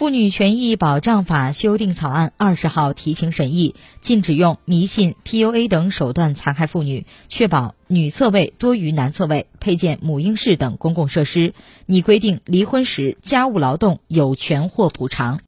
妇女权益保障法修订草案20号提请审议，禁止用迷信、PUA 等手段残害妇女，确保女厕位多于男厕位，配建母婴室等公共设施，拟规定离婚时家务劳动有权获补偿。